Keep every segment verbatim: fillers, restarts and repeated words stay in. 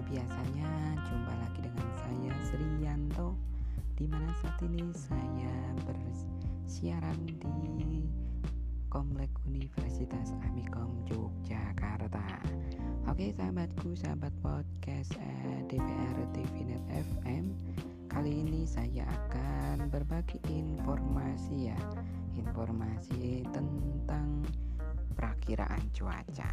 biasanya jumpa lagi dengan saya Sriyanto, di mana saat ini saya bersiaran di Komplek Universitas Amikom Yogyakarta. Oke sahabatku, sahabat podcast eh, D P R T V Net F M. Kali ini saya akan berbagi informasi ya, informasi tentang perakiraan cuaca.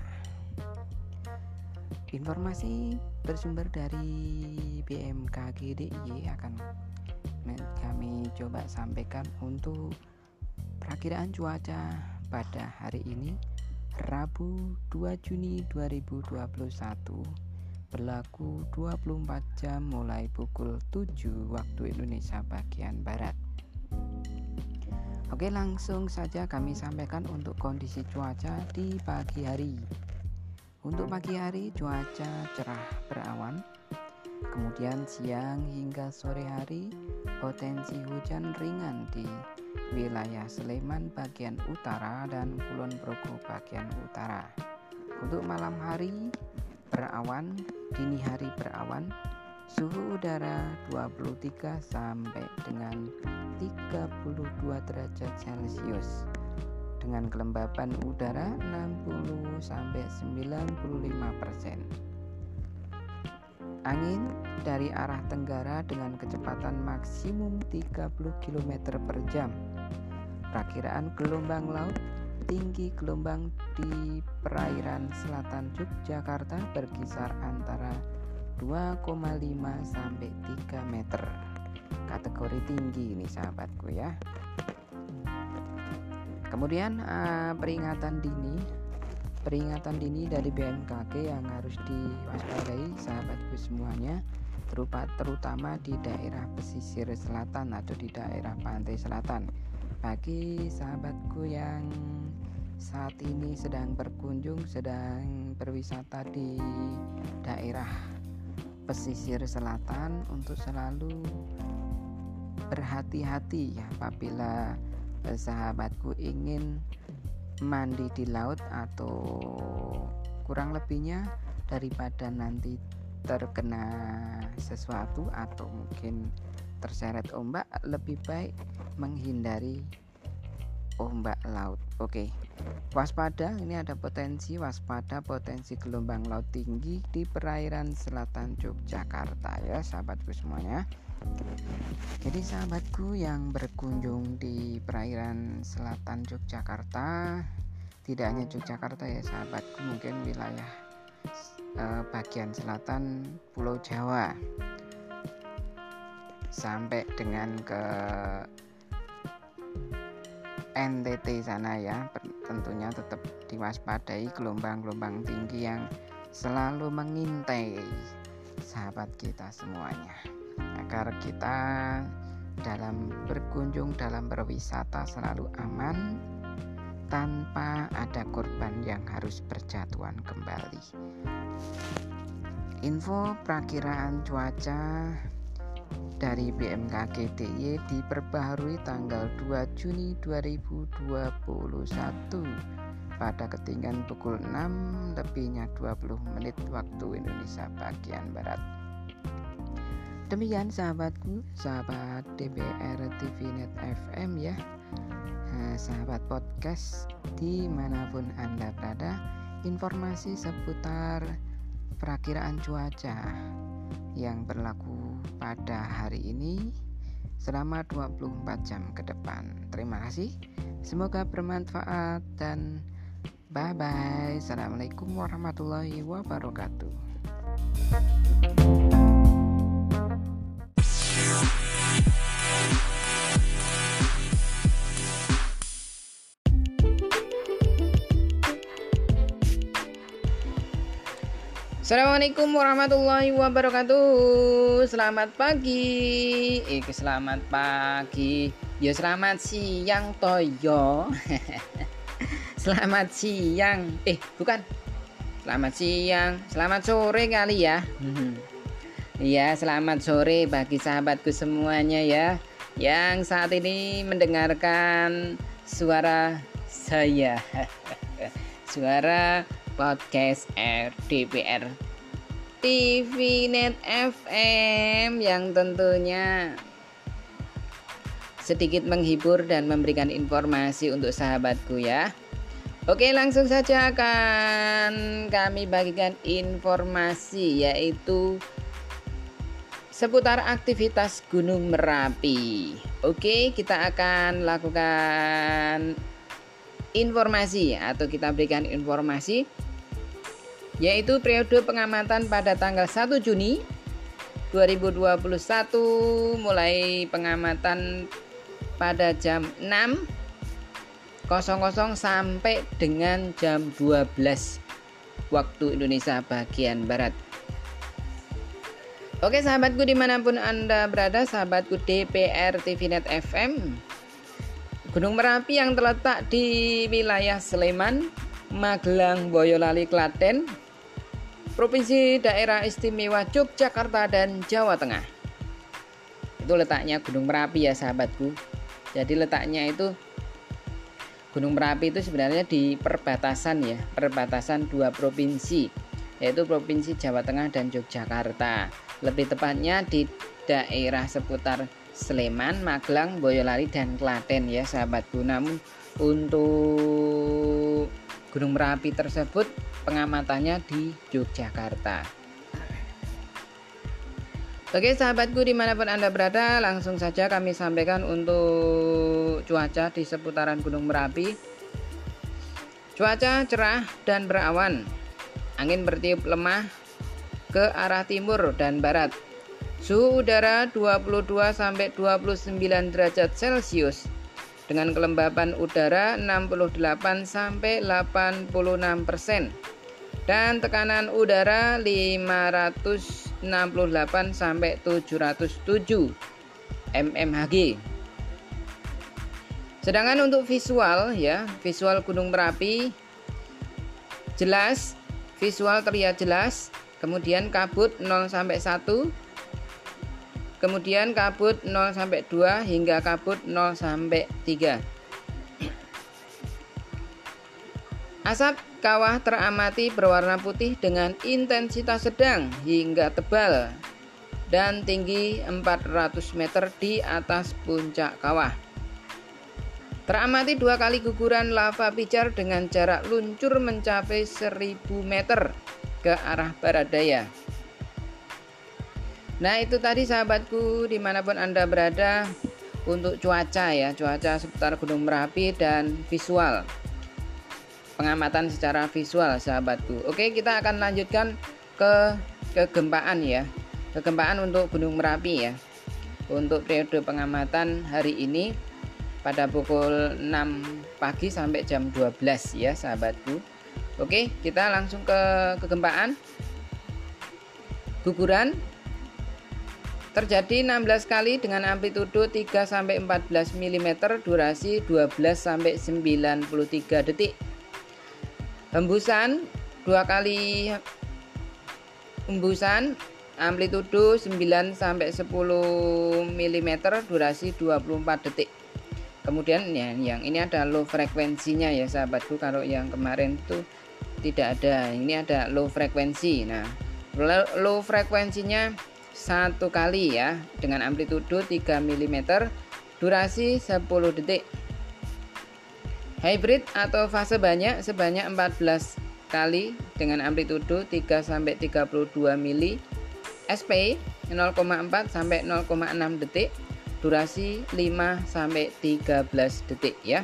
Informasi bersumber dari B M K G D I Y akan kami coba sampaikan untuk perakiraan cuaca pada hari ini, Rabu dua Juni dua ribu dua puluh satu, berlaku dua puluh empat jam mulai pukul tujuh waktu Indonesia bagian Barat. Oke, langsung saja kami sampaikan untuk kondisi cuaca di pagi hari. Untuk pagi hari cuaca cerah berawan, kemudian siang hingga sore hari potensi hujan ringan di wilayah Sleman bagian utara dan Kulon Progo bagian utara. Untuk malam hari berawan, dini hari berawan, suhu udara dua puluh tiga sampai dengan tiga puluh dua derajat Celcius, dengan kelembapan udara enam puluh sampai sembilan puluh lima persen. Angin dari arah tenggara dengan kecepatan maksimum tiga puluh kilometer per jam. Perakiraan gelombang laut, tinggi gelombang di perairan selatan Yogyakarta berkisar antara dua koma lima sampai tiga meter. Kategori tinggi ini sahabatku ya. Kemudian uh, peringatan dini peringatan dini dari B M K G yang harus diwaspadai sahabatku semuanya, terupa, terutama di daerah pesisir selatan atau di daerah pantai selatan. Bagi sahabatku yang saat ini sedang berkunjung, sedang berwisata di daerah pesisir selatan, untuk selalu berhati-hati ya apabila sahabatku ingin mandi di laut, atau kurang lebihnya daripada nanti terkena sesuatu atau mungkin terseret ombak, lebih baik menghindari ombak laut. Oke, waspada, ini ada potensi waspada potensi gelombang laut tinggi di perairan selatan Yogyakarta ya sahabatku semuanya. Jadi sahabatku yang berkunjung di perairan selatan Yogyakarta, tidak hanya Yogyakarta ya sahabatku, mungkin wilayah eh, bagian selatan Pulau Jawa sampai dengan ke N T T sana ya, tentunya tetap diwaspadai gelombang-gelombang tinggi yang selalu mengintai sahabat kita semuanya, agar kita dalam berkunjung, dalam berwisata selalu aman tanpa ada korban yang harus berjatuhan kembali. Info perakiraan cuaca dari B M K G D I Y diperbaharui tanggal dua Juni dua ribu dua puluh satu pada ketinggian pukul enam lebihnya dua puluh menit waktu Indonesia bagian Barat. Demikian sahabatku, sahabat D B R T V Net F M ya, nah, sahabat podcast dimanapun Anda berada, informasi seputar perakiraan cuaca yang berlaku pada hari ini selama dua puluh empat jam ke depan. Terima kasih, semoga bermanfaat dan bye bye. Assalamualaikum warahmatullahi wabarakatuh. Assalamualaikum warahmatullahi wabarakatuh. Selamat pagi. Eh, selamat pagi. Ya selamat siang toyo. Selamat siang. Eh, bukan. Selamat siang. Selamat sore kali ya. Iya, selamat sore bagi sahabatku semuanya ya, yang saat ini mendengarkan suara saya. Suara podcast R D P R T V Net F M yang tentunya sedikit menghibur dan memberikan informasi untuk sahabatku ya. Oke, langsung saja akan kami bagikan informasi yaitu seputar aktivitas Gunung Merapi. Oke, kita akan lakukan informasi atau kita berikan informasi yaitu periode pengamatan pada tanggal satu Juni dua ribu dua puluh satu, mulai pengamatan pada jam enam sampai dengan jam dua belas waktu Indonesia bagian Barat. Oke sahabatku dimanapun Anda berada, sahabatku D P R T V Net F M, Gunung Merapi yang terletak di wilayah Sleman, Magelang, Boyolali, Klaten, Provinsi Daerah Istimewa Yogyakarta dan Jawa Tengah. Itu letaknya Gunung Merapi ya sahabatku. Jadi letaknya itu Gunung Merapi itu sebenarnya di perbatasan ya, perbatasan dua provinsi, yaitu Provinsi Jawa Tengah dan Yogyakarta. Lebih tepatnya di daerah seputar Sleman, Magelang, Boyolali dan Klaten ya sahabatku. Namun untuk Gunung Merapi tersebut pengamatannya di Yogyakarta. Oke sahabatku dimanapun Anda berada, langsung saja kami sampaikan untuk cuaca di seputaran Gunung Merapi. Cuaca cerah dan berawan, angin bertiup lemah ke arah timur dan barat. Suhu udara dua puluh dua sampai dua puluh sembilan derajat Celcius dengan kelembapan udara enam puluh delapan sampai delapan puluh enam persen dan tekanan udara lima ratus enam puluh delapan sampai tujuh ratus tujuh mmHg. Sedangkan untuk visual ya, visual Gunung Merapi jelas, visual terlihat jelas, kemudian kabut nol sampai satu, kemudian kabut nol sampai dua hingga kabut nol sampai tiga. Asap kawah teramati berwarna putih dengan intensitas sedang hingga tebal dan tinggi empat ratus meter di atas puncak kawah. Teramati dua kali guguran lava pijar dengan jarak luncur mencapai seribu meter ke arah barat daya. Nah itu tadi sahabatku dimanapun Anda berada untuk cuaca ya, cuaca seputar Gunung Merapi dan visual, pengamatan secara visual sahabatku. Oke, kita akan lanjutkan ke kegempaan ya, kegempaan untuk Gunung Merapi ya, untuk periode pengamatan hari ini pada pukul enam pagi sampai jam dua belas ya sahabatku. Oke, kita langsung ke kegempaan. Guguran terjadi enam belas kali dengan amplitudo tiga sampai empat belas milimeter, durasi dua belas sampai sembilan puluh tiga detik. Hembusan dua kali hembusan, amplitudo sembilan sampai sepuluh milimeter, durasi dua puluh empat detik. Kemudian ya, yang ini ada low frekuensinya ya sahabatku. Kalau yang kemarin itu tidak ada, ini ada low frekuensi. Nah, low frekuensinya satu kali ya dengan amplitudo tiga milimeter, durasi sepuluh detik. Hybrid atau fase banyak sebanyak empat belas kali dengan amplitudo tiga sampai tiga puluh dua mili, S P nol koma empat sampai nol koma enam detik, durasi lima sampai tiga belas detik ya.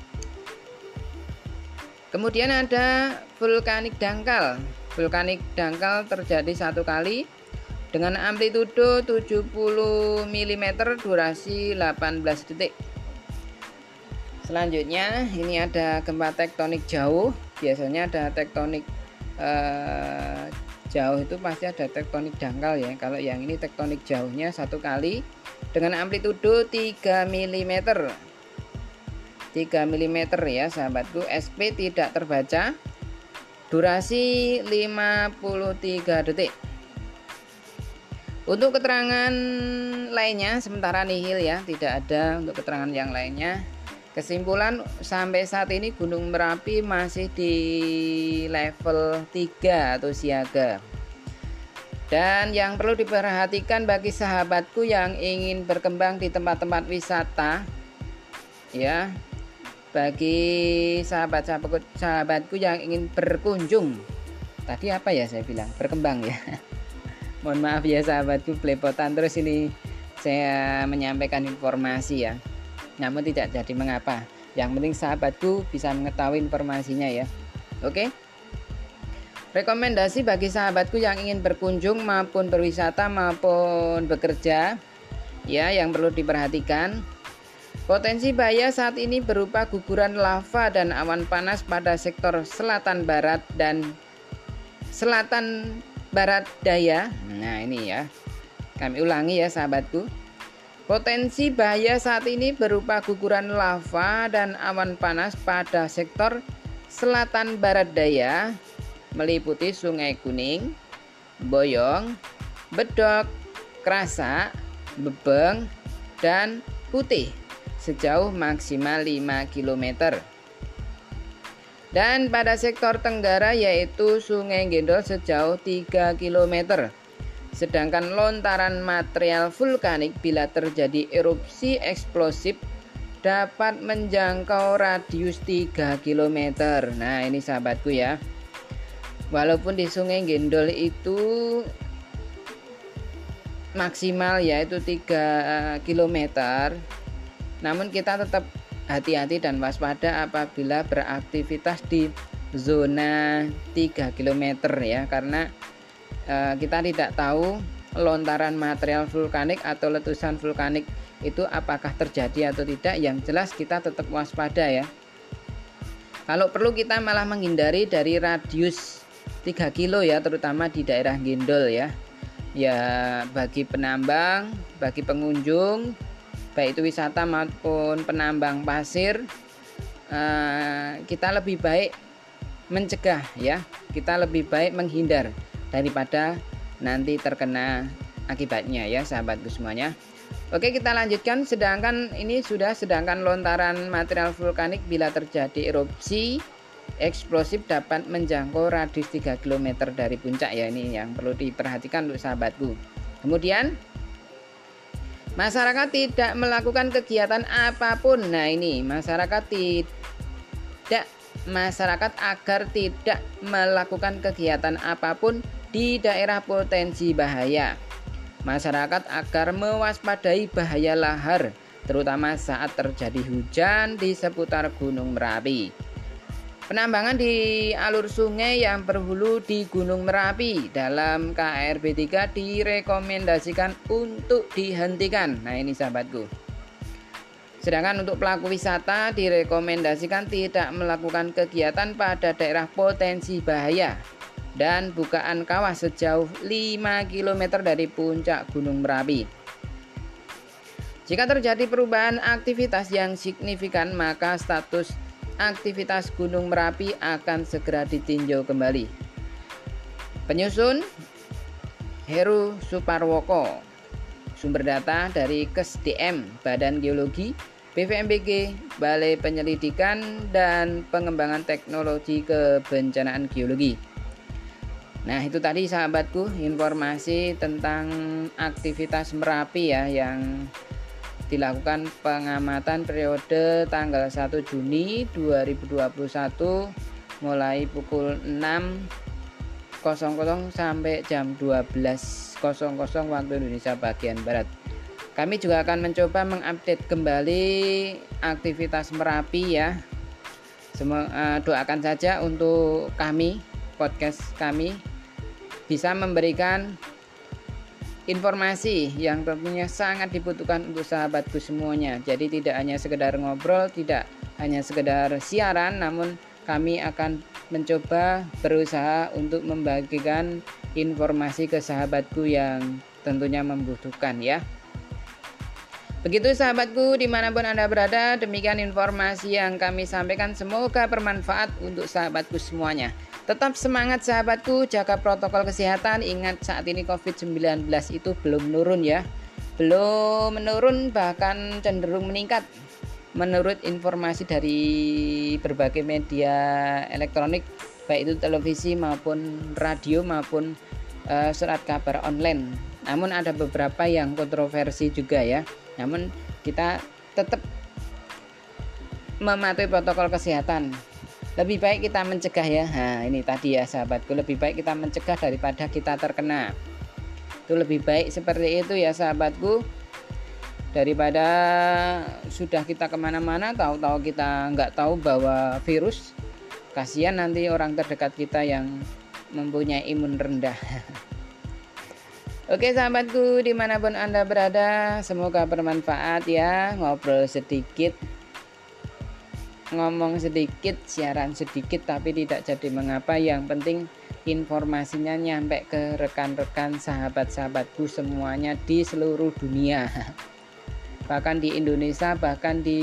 Kemudian ada vulkanik dangkal. Vulkanik dangkal terjadi satu kali dengan amplitudo tujuh puluh milimeter, durasi delapan belas detik. Selanjutnya ini ada gempa tektonik jauh. Biasanya ada tektonik eh, jauh itu pasti ada tektonik dangkal ya. Kalau yang ini tektonik jauhnya satu kali dengan amplitudo tiga milimeter. tiga milimeter ya sahabatku. S P tidak terbaca, durasi lima puluh tiga detik. Untuk keterangan lainnya sementara nihil ya, tidak ada untuk keterangan yang lainnya. Kesimpulan sampai saat ini Gunung Merapi masih di level tiga atau siaga. Dan yang perlu diperhatikan bagi sahabatku yang ingin berkembang di tempat-tempat wisata, ya, bagi sahabat-sahabatku sahabatku yang ingin berkunjung, tadi apa ya saya bilang, berkembang ya. Mohon maaf ya sahabatku, belepotan terus ini saya menyampaikan informasi ya. Namun tidak jadi mengapa. Yang penting sahabatku bisa mengetahui informasinya ya. Oke. Rekomendasi bagi sahabatku yang ingin berkunjung maupun berwisata maupun bekerja, ya, yang perlu diperhatikan. Potensi bahaya saat ini berupa guguran lava dan awan panas pada sektor selatan barat dan selatan barat daya. Nah, ini ya. Kami ulangi ya sahabatku. Potensi bahaya saat ini berupa guguran lava dan awan panas pada sektor selatan barat daya, meliputi Sungai Kuning, Boyong, Bedok, Krasak, Bebeng, dan Putih sejauh maksimal lima kilometer. Dan pada sektor tenggara yaitu Sungai Gendol sejauh tiga kilometer. Sedangkan lontaran material vulkanik bila terjadi erupsi eksplosif dapat menjangkau radius tiga kilometer. Nah, ini sahabatku ya. Walaupun di Sungai Gendol itu maksimal yaitu tiga kilometer, namun kita tetap hati-hati dan waspada apabila beraktivitas di zona tiga kilometer ya, karena uh, kita tidak tahu lontaran material vulkanik atau letusan vulkanik itu apakah terjadi atau tidak. Yang jelas kita tetap waspada ya. Kalau perlu kita malah menghindari dari radius tiga kilo ya, terutama di daerah Gendol ya. Ya, bagi penambang, bagi pengunjung, baik itu wisata maupun penambang pasir, uh, kita lebih baik mencegah ya. Kita lebih baik menghindar daripada nanti terkena akibatnya ya sahabatku semuanya. Oke, kita lanjutkan. Sedangkan ini sudah sedangkan lontaran material vulkanik bila terjadi erupsi eksplosif dapat menjangkau radius tiga kilometer dari puncak ya. Ini yang perlu diperhatikan untuk sahabatku. Kemudian masyarakat tidak melakukan kegiatan apapun. Nah, ini masyarakat tidak masyarakat agar tidak melakukan kegiatan apapun di daerah potensi bahaya. Masyarakat agar mewaspadai bahaya lahar, terutama saat terjadi hujan di seputar Gunung Merapi. Penambangan di alur sungai yang berhulu di Gunung Merapi dalam K R B tiga direkomendasikan untuk dihentikan. Nah, ini sahabatku. Sedangkan untuk pelaku wisata direkomendasikan tidak melakukan kegiatan pada daerah potensi bahaya dan bukaan kawah sejauh lima kilometer dari puncak Gunung Merapi. Jika terjadi perubahan aktivitas yang signifikan, maka status aktivitas Gunung Merapi akan segera ditinjau kembali. Penyusun Heru Suparwoko. Sumber data dari K E S D M, Badan Geologi, B V M B G, Balai Penyelidikan dan Pengembangan Teknologi Kebencanaan Geologi. Nah, itu tadi sahabatku informasi tentang aktivitas Merapi ya, yang dilakukan pengamatan periode tanggal satu Juni dua ribu dua puluh satu mulai pukul enam sampai jam dua belas waktu Indonesia bagian Barat. Kami juga akan mencoba mengupdate kembali aktivitas Merapi ya. Semua uh, doakan saja untuk kami, podcast kami bisa memberikan informasi yang tentunya sangat dibutuhkan untuk sahabatku semuanya. Jadi tidak hanya sekedar ngobrol, tidak hanya sekedar siaran, namun kami akan mencoba berusaha untuk membagikan informasi ke sahabatku yang tentunya membutuhkan ya. Begitu sahabatku dimanapun Anda berada, demikian informasi yang kami sampaikan, semoga bermanfaat untuk sahabatku semuanya. Tetap semangat sahabatku, jaga protokol kesehatan. Ingat saat ini covid sembilan belas itu belum menurun ya. Belum menurun, bahkan cenderung meningkat. Menurut informasi dari berbagai media elektronik, baik itu televisi maupun radio maupun uh, surat kabar online. Namun ada beberapa yang kontroversi juga ya. Namun kita tetap mematuhi protokol kesehatan. Lebih baik kita mencegah ya. Nah, ini tadi ya sahabatku, lebih baik kita mencegah daripada kita terkena. Itu lebih baik seperti itu ya sahabatku, daripada sudah kita kemana-mana tahu-tahu kita nggak tahu bahwa virus. Kasihan nanti orang terdekat kita yang mempunyai imun rendah. Oke sahabatku, dimanapun Anda berada, semoga bermanfaat ya. Ngobrol sedikit, ngomong sedikit, siaran sedikit, tapi tidak jadi mengapa. Yang penting informasinya nyampe ke rekan-rekan sahabat-sahabatku semuanya di seluruh dunia. Bahkan di Indonesia, bahkan di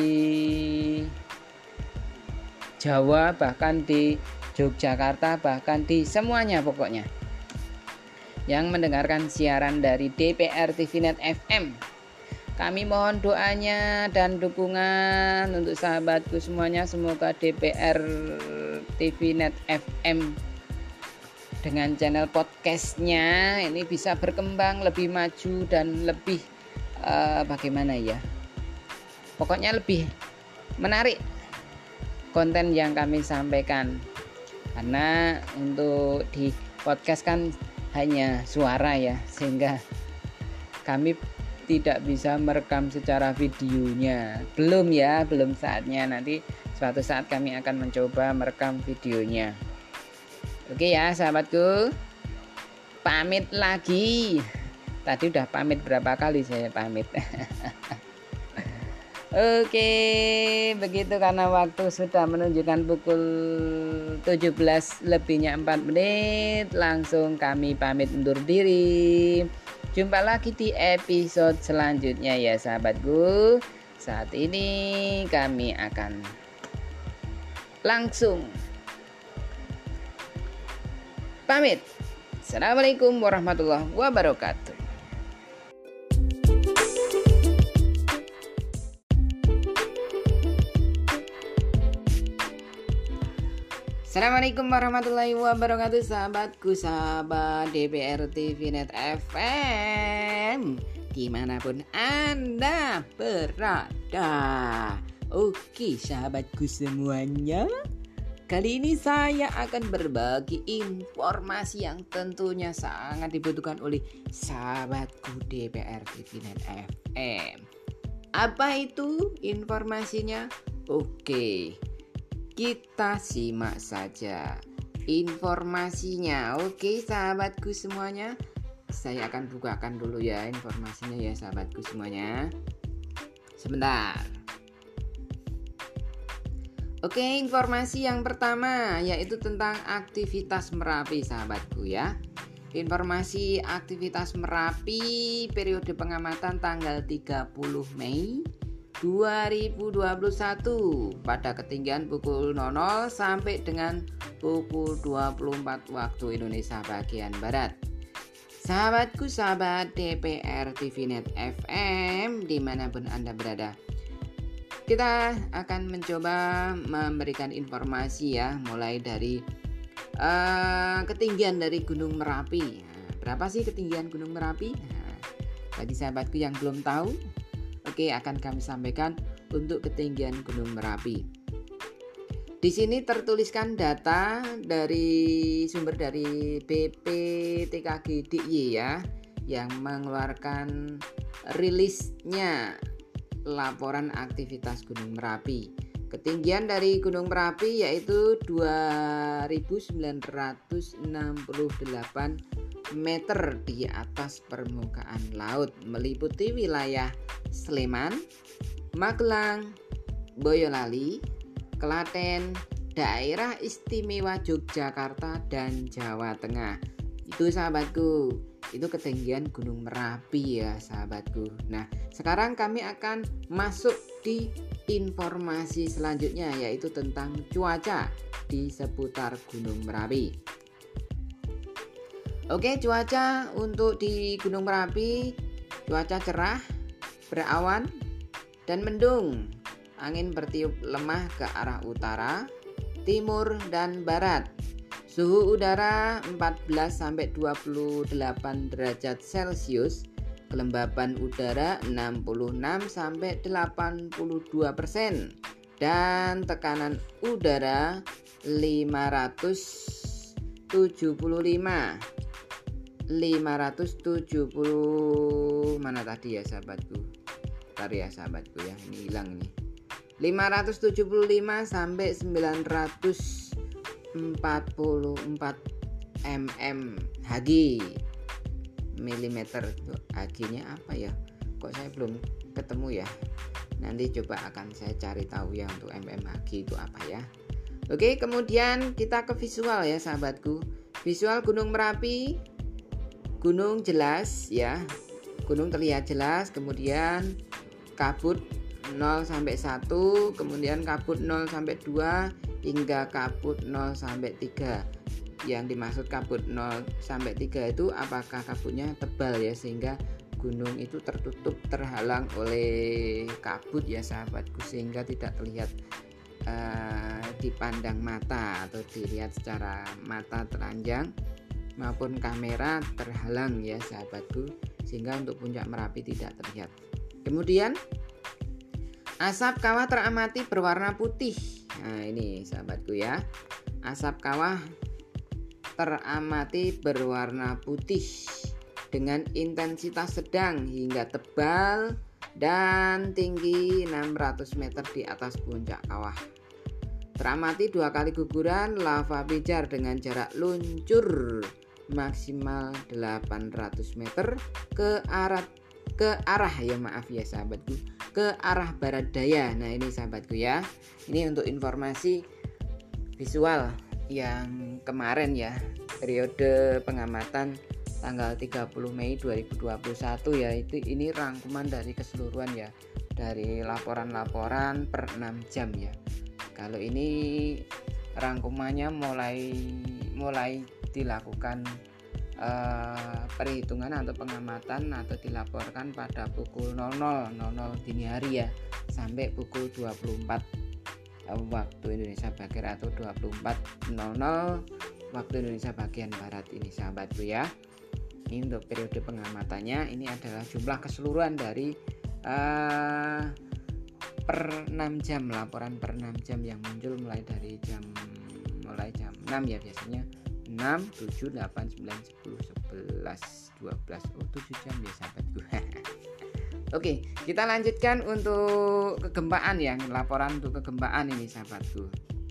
Jawa, bahkan di Yogyakarta, bahkan di semuanya pokoknya yang mendengarkan siaran dari D P R T V Net F M. Kami mohon doanya dan dukungan untuk sahabatku semuanya. Semoga D P R T V Net F M dengan channel podcastnya ini bisa berkembang lebih maju dan lebih uh, bagaimana ya, pokoknya lebih menarik konten yang kami sampaikan. Karena untuk di podcast kan hanya suara ya, sehingga kami tidak bisa merekam secara videonya. Belum ya, belum saatnya. Nanti suatu saat kami akan mencoba merekam videonya. Oke ya sahabatku, pamit lagi. Tadi udah pamit berapa kali saya pamit. Oke, begitu karena waktu sudah menunjukkan pukul tujuh belas lebihnya empat menit, langsung kami pamit undur diri. Jumpa lagi di episode selanjutnya ya sahabatku. Saat ini kami akan langsung pamit. Assalamualaikum warahmatullahi wabarakatuh. Assalamualaikum warahmatullahi wabarakatuh, sahabatku, sahabat D P R T V Net F M dimanapun Anda berada. Oke sahabatku semuanya, kali ini saya akan berbagi informasi yang tentunya sangat dibutuhkan oleh sahabatku D P R T V Net F M. Apa itu informasinya? Oke, kita simak saja informasinya. Oke sahabatku semuanya, saya akan bukakan dulu ya informasinya ya sahabatku semuanya. Sebentar. Oke, informasi yang pertama yaitu tentang aktivitas Merapi sahabatku ya. Informasi aktivitas Merapi periode pengamatan tanggal tiga puluh Mei dua ribu dua puluh satu pada ketinggian pukul nol nol sampai dengan pukul dua puluh empat waktu Indonesia bagian Barat. Sahabatku, sahabat D P R T V Net F M dimanapun Anda berada, kita akan mencoba memberikan informasi ya, mulai dari uh, ketinggian dari Gunung Merapi. Nah, berapa sih ketinggian Gunung Merapi? Nah, bagi sahabatku yang belum tahu, oke, akan kami sampaikan untuk ketinggian Gunung Merapi. Di sini tertuliskan data dari sumber dari B P T K G D I Y ya, yang mengeluarkan rilisnya laporan aktivitas Gunung Merapi. Ketinggian dari Gunung Merapi yaitu dua ribu sembilan ratus enam puluh delapan meter di atas permukaan laut, meliputi wilayah Sleman, Magelang, Boyolali, Klaten, Daerah Istimewa Yogyakarta, dan Jawa Tengah. Itu sahabatku, itu ketinggian Gunung Merapi ya sahabatku. Nah, sekarang kami akan masuk di informasi selanjutnya, yaitu tentang cuaca di seputar Gunung Merapi. Oke, cuaca untuk di Gunung Merapi, cuaca cerah, berawan, dan mendung. Angin bertiup lemah ke arah utara, timur, dan barat. Suhu udara empat belas sampai dua puluh delapan derajat Celcius. Kelembapan udara enam puluh enam sampai delapan puluh dua persen. Dan tekanan udara lima ratus tujuh puluh lima lima ratus tujuh puluh mana tadi ya sahabatku? Bentar ya sahabatku ya, ini hilang nih. lima ratus tujuh puluh lima sampai sembilan ratus empat puluh empat mmHg. Milimeter Hg-nya apa ya? Kok saya belum ketemu ya? Nanti coba akan saya cari tahu ya untuk mmHg itu apa ya. Oke, kemudian kita ke visual ya sahabatku. Visual Gunung Merapi. Gunung jelas ya. Gunung terlihat jelas, kemudian kabut nol sampai satu, kemudian kabut nol sampai dua hingga kabut nol sampai tiga. Yang dimaksud kabut nol sampai tiga itu apakah kabutnya tebal ya sehingga gunung itu tertutup terhalang oleh kabut ya sahabatku, sehingga tidak terlihat uh, dipandang mata atau dilihat secara mata telanjang maupun kamera terhalang ya sahabatku, sehingga untuk puncak Merapi tidak terlihat. Kemudian asap kawah teramati berwarna putih. Nah ini sahabatku ya, asap kawah teramati berwarna putih dengan intensitas sedang hingga tebal dan tinggi enam ratus meter di atas puncak kawah. Teramati dua kali guguran lava pijar dengan jarak luncur maksimal delapan ratus meter ke arah ke arah ya maaf ya sahabatku ke arah barat daya. Nah ini sahabatku ya, ini untuk informasi visual yang kemarin ya, periode pengamatan tanggal tiga puluh Mei dua ribu dua puluh satu ya. Itu ini rangkuman dari keseluruhan ya, dari laporan-laporan per enam jam ya. Kalau ini rangkumannya mulai mulai dilakukan Uh, perhitungan atau pengamatan atau dilaporkan pada pukul nol nol nol nol dini hari ya sampai pukul dua puluh empat uh, waktu Indonesia bagian atau dua puluh empat nol nol waktu Indonesia bagian barat ini sahabatku ya. Ini untuk periode pengamatannya, ini adalah jumlah keseluruhan dari uh, per enam jam, laporan per enam jam yang muncul mulai dari jam mulai jam enam ya, biasanya enam, tujuh, delapan, sembilan, sepuluh, sebelas, dua belas. Oh, tujuh jam ya sahabatku. Oke, kita lanjutkan untuk kegempaan ya, laporan untuk kegempaan ini sahabatku.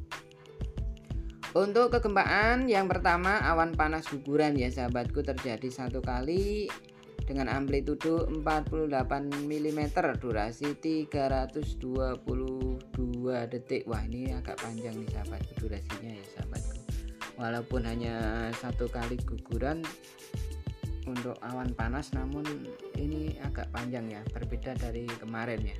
Untuk kegempaan yang pertama, awan panas guguran ya sahabatku, terjadi satu kali dengan amplitudo empat puluh delapan milimeter, durasi tiga ratus dua puluh dua detik. Wah, ini agak panjang nih sahabatku durasinya ya sahabatku. Walaupun hanya satu kali guguran untuk awan panas, namun ini agak panjang ya, berbeda dari kemarin ya.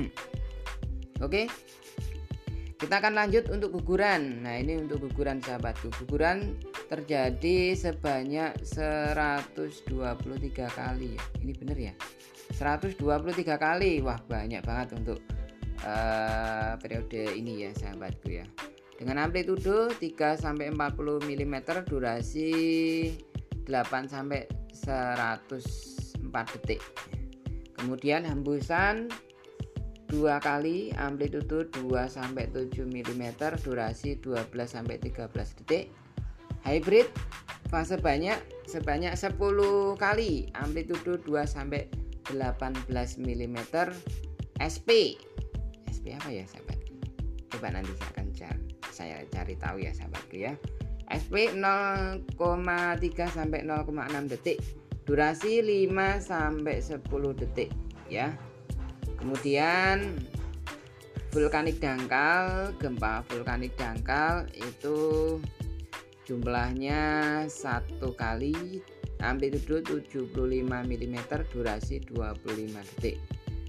Oke, kita akan lanjut untuk guguran. Nah ini untuk guguran sahabatku, guguran terjadi sebanyak seratus dua puluh tiga kali ya. Ini benar ya, seratus dua puluh tiga kali. Wah banyak banget untuk uh, periode ini ya sahabatku ya. Dengan amplitudo tiga sampai empat puluh milimeter, durasi delapan sampai seratus empat detik. Kemudian hembusan dua kali, amplitudo dua sampai tujuh milimeter, durasi dua belas sampai tiga belas detik. Hybrid fase banyak sebanyak sepuluh kali, amplitudo dua sampai delapan belas milimeter. S P S P apa ya sahabat? Coba nanti saya akan cari, saya cari tahu ya sahabatku ya. S P nol koma tiga sampai nol koma enam detik, durasi lima sampai sepuluh detik ya. Kemudian vulkanik dangkal, gempa vulkanik dangkal itu jumlahnya satu kali, amplitudo tujuh puluh lima milimeter, durasi dua puluh lima detik.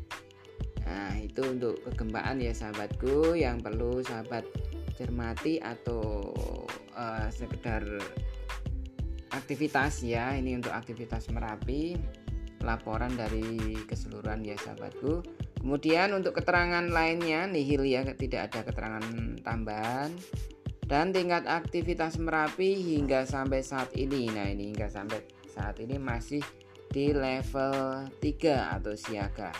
Nah itu untuk kegempaan ya sahabatku, yang perlu sahabat cermati atau uh, sekedar aktivitas ya. Ini untuk aktivitas Merapi, laporan dari keseluruhan ya sahabatku. Kemudian untuk keterangan lainnya nihil ya, tidak ada keterangan tambahan. Dan tingkat aktivitas Merapi hingga sampai saat ini, nah ini hingga sampai saat ini masih di level tiga atau siaga.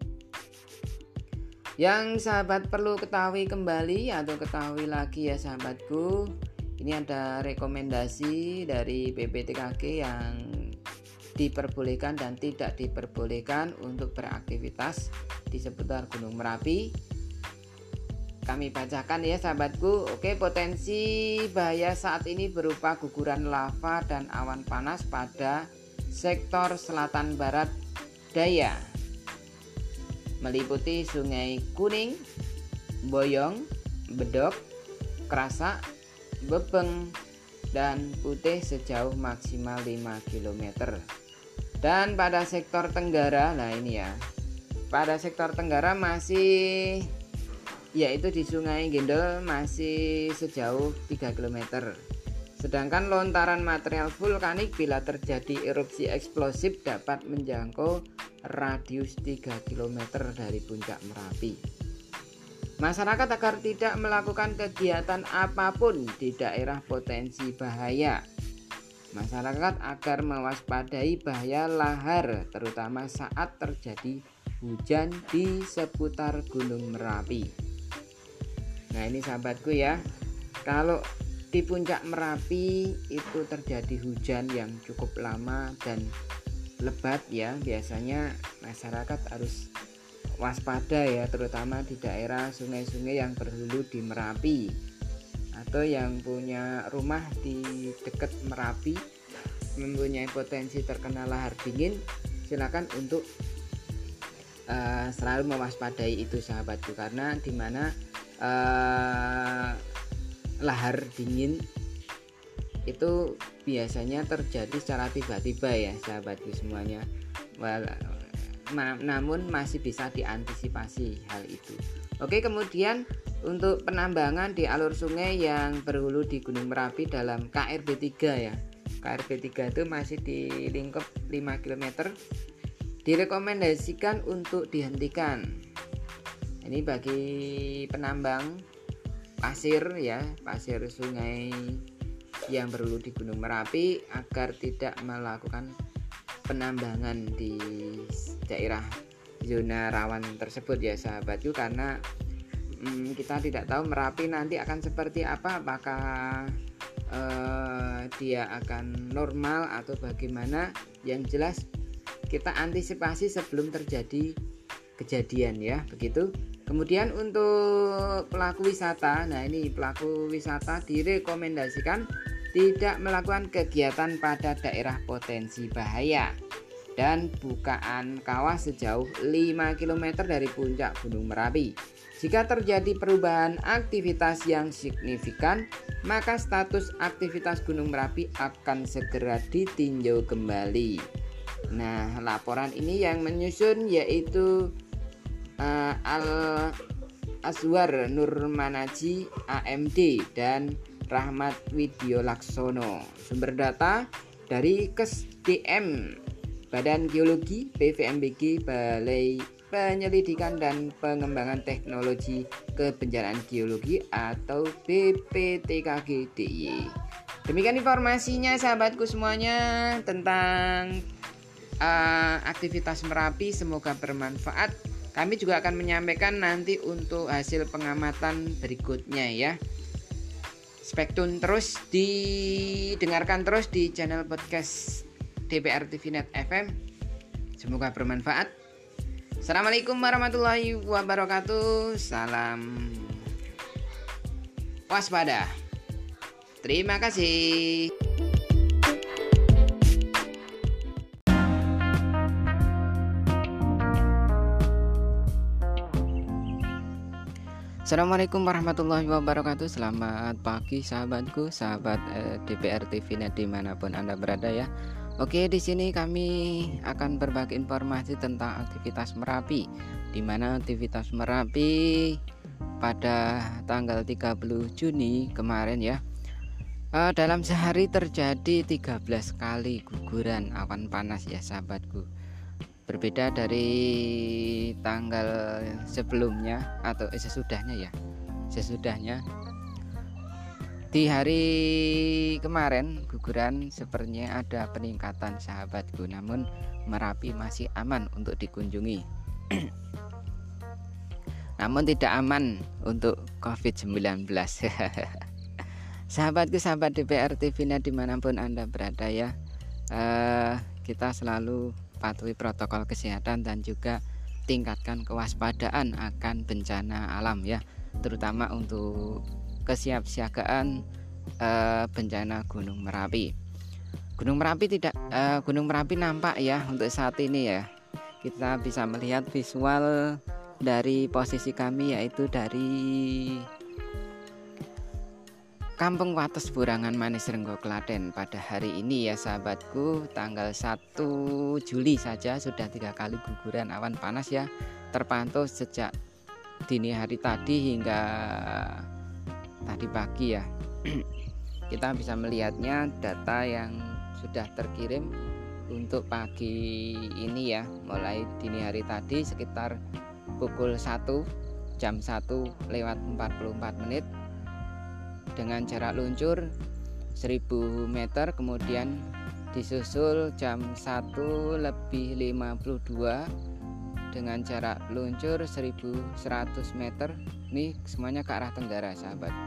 Yang sahabat perlu ketahui kembali atau ketahui lagi ya sahabatku, ini ada rekomendasi dari B P T K G yang diperbolehkan dan tidak diperbolehkan untuk beraktivitas di seputar Gunung Merapi. Kami bacakan ya sahabatku. Oke, potensi bahaya saat ini berupa guguran lava dan awan panas pada sektor selatan barat daya, meliputi Sungai Kuning, Boyong, Bedok, Krasak, Bebeng, dan Putih sejauh maksimal lima kilometer. Dan pada sektor Tenggara, nah ini ya, pada sektor Tenggara masih, yaitu di Sungai Gendol masih sejauh tiga kilometer. Sedangkan lontaran material vulkanik bila terjadi erupsi eksplosif dapat menjangkau radius tiga kilometer dari puncak Merapi. Masyarakat agar tidak melakukan kegiatan apapun di daerah potensi bahaya. Masyarakat agar mewaspadai bahaya lahar terutama saat terjadi hujan di seputar Gunung Merapi. Nah ini sahabatku ya, kalau di puncak Merapi itu terjadi hujan yang cukup lama dan lebat ya, biasanya masyarakat harus waspada ya, terutama di daerah sungai-sungai yang berhulu di Merapi atau yang punya rumah di dekat Merapi mempunyai potensi terkena lahar dingin. Silakan untuk uh, selalu mewaspadai itu sahabatku, karena dimana uh, lahar dingin itu biasanya terjadi secara tiba-tiba ya sahabatku semuanya. Well, namun masih bisa diantisipasi hal itu. Oke, kemudian untuk penambangan di alur sungai yang berhulu di Gunung Merapi dalam K R B tiga ya. K R B tiga itu masih di lingkup lima kilometer, direkomendasikan untuk dihentikan. Ini bagi penambang pasir ya, pasir sungai yang berhulu di Gunung Merapi agar tidak melakukan penambangan di daerah zona rawan tersebut ya sahabatku, karena hmm, kita tidak tahu Merapi nanti akan seperti apa, apakah eh, dia akan normal atau bagaimana. Yang jelas kita antisipasi sebelum terjadi kejadian ya, begitu. Kemudian untuk pelaku wisata, nah ini pelaku wisata direkomendasikan tidak melakukan kegiatan pada daerah potensi bahaya dan bukaan kawah sejauh lima kilometer dari puncak Gunung Merapi. Jika terjadi perubahan aktivitas yang signifikan, maka status aktivitas Gunung Merapi akan segera ditinjau kembali. Nah, laporan ini yang menyusun yaitu uh, Al Azwar Nurmanaji A M D dan Rahmat Widyo Laksono. Sumber data dari K E S D M, Badan Geologi, B V M B G, Balai Penyelidikan dan Pengembangan Teknologi Kebencanaan Geologi atau B P T K G D I Y. Demikian informasinya sahabatku semuanya tentang uh, aktivitas Merapi, semoga bermanfaat. Kami juga akan menyampaikan nanti untuk hasil pengamatan berikutnya ya. Stay tune terus, didengarkan terus di channel podcast D P R T V Net F M. Semoga bermanfaat. Assalamualaikum warahmatullahi wabarakatuh. Salam waspada. Terima kasih. Assalamualaikum warahmatullahi wabarakatuh. Selamat pagi sahabatku, sahabat eh, D P R T V Net dimanapun Anda berada ya. Oke, di sini kami akan berbagi informasi tentang aktivitas Merapi, di mana aktivitas Merapi pada tanggal tiga puluh Juni kemarin ya, eh, dalam sehari terjadi tiga belas kali guguran awan panas ya sahabatku. Berbeda dari tanggal sebelumnya atau eh, sesudahnya ya sesudahnya Di hari kemarin guguran sepertinya ada peningkatan sahabatku, namun Merapi masih aman untuk dikunjungi. Namun tidak aman untuk covid sembilan belas. Sahabatku, sahabat D P R T V Net dimanapun Anda berada ya, eh, kita selalu patuhi protokol kesehatan dan juga tingkatkan kewaspadaan akan bencana alam ya, terutama untuk kesiapsiagaan eh, bencana Gunung Merapi. Gunung Merapi tidak eh, Gunung Merapi nampak ya untuk saat ini ya. Kita bisa melihat visual dari posisi kami, yaitu dari Kampung Wates Burangan Manis Renggo Klaten pada hari ini ya sahabatku, tanggal satu Juli saja sudah tiga kali guguran awan panas ya terpantau sejak dini hari tadi hingga tadi pagi ya. Kita bisa melihatnya data yang sudah terkirim untuk pagi ini ya, mulai dini hari tadi sekitar pukul satu jam satu lewat empat puluh empat menit dengan jarak luncur seribu meter, kemudian disusul jam satu lebih lima puluh dua dengan jarak luncur seribu seratus meter. Ini semuanya ke arah tenggara sahabatku.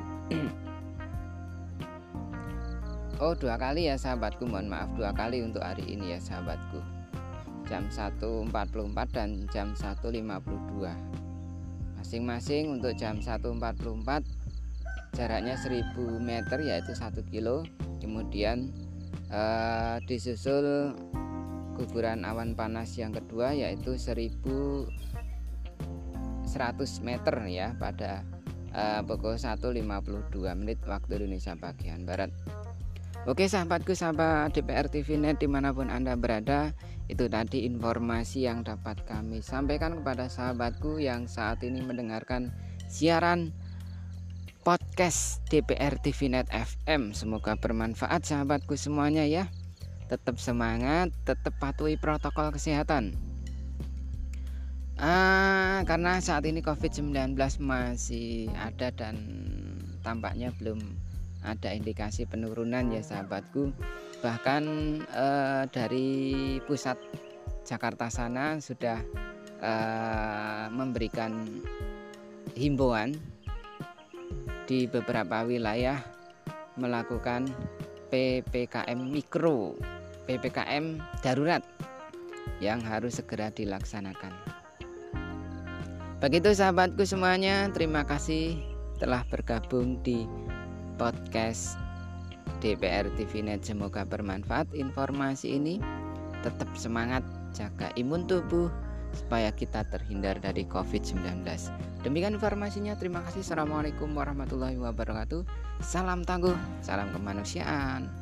Oh dua kali ya sahabatku, mohon maaf dua kali untuk hari ini ya sahabatku, jam satu empat puluh empat dan jam satu lima puluh dua masing-masing. Untuk jam satu empat puluh empat jaraknya seribu meter yaitu satu kilo, kemudian eh, disusul guguran awan panas yang kedua yaitu seribu seratus meter ya pada eh, pukul satu lima puluh dua menit waktu Indonesia bagian Barat. Oke sahabatku, sahabat D P R T V Net dimanapun Anda berada, itu tadi informasi yang dapat kami sampaikan kepada sahabatku yang saat ini mendengarkan siaran podcast D P R T V Net F M. Semoga bermanfaat sahabatku semuanya ya. Tetap semangat, tetap patuhi protokol kesehatan. Ah, karena saat ini covid sembilan belas masih ada dan tampaknya belum ada indikasi penurunan ya sahabatku. Bahkan eh, dari pusat Jakarta sana sudah eh, memberikan himbauan di beberapa wilayah melakukan P P K M mikro, P P K M darurat yang harus segera dilaksanakan. Begitu sahabatku semuanya, terima kasih telah bergabung di podcast D P R T V Net. Semoga bermanfaat informasi ini. Tetap semangat, jaga imun tubuh supaya kita terhindar dari covid sembilan belas. Demikian informasinya, terima kasih. Assalamualaikum warahmatullahi wabarakatuh. Salam tangguh, salam kemanusiaan.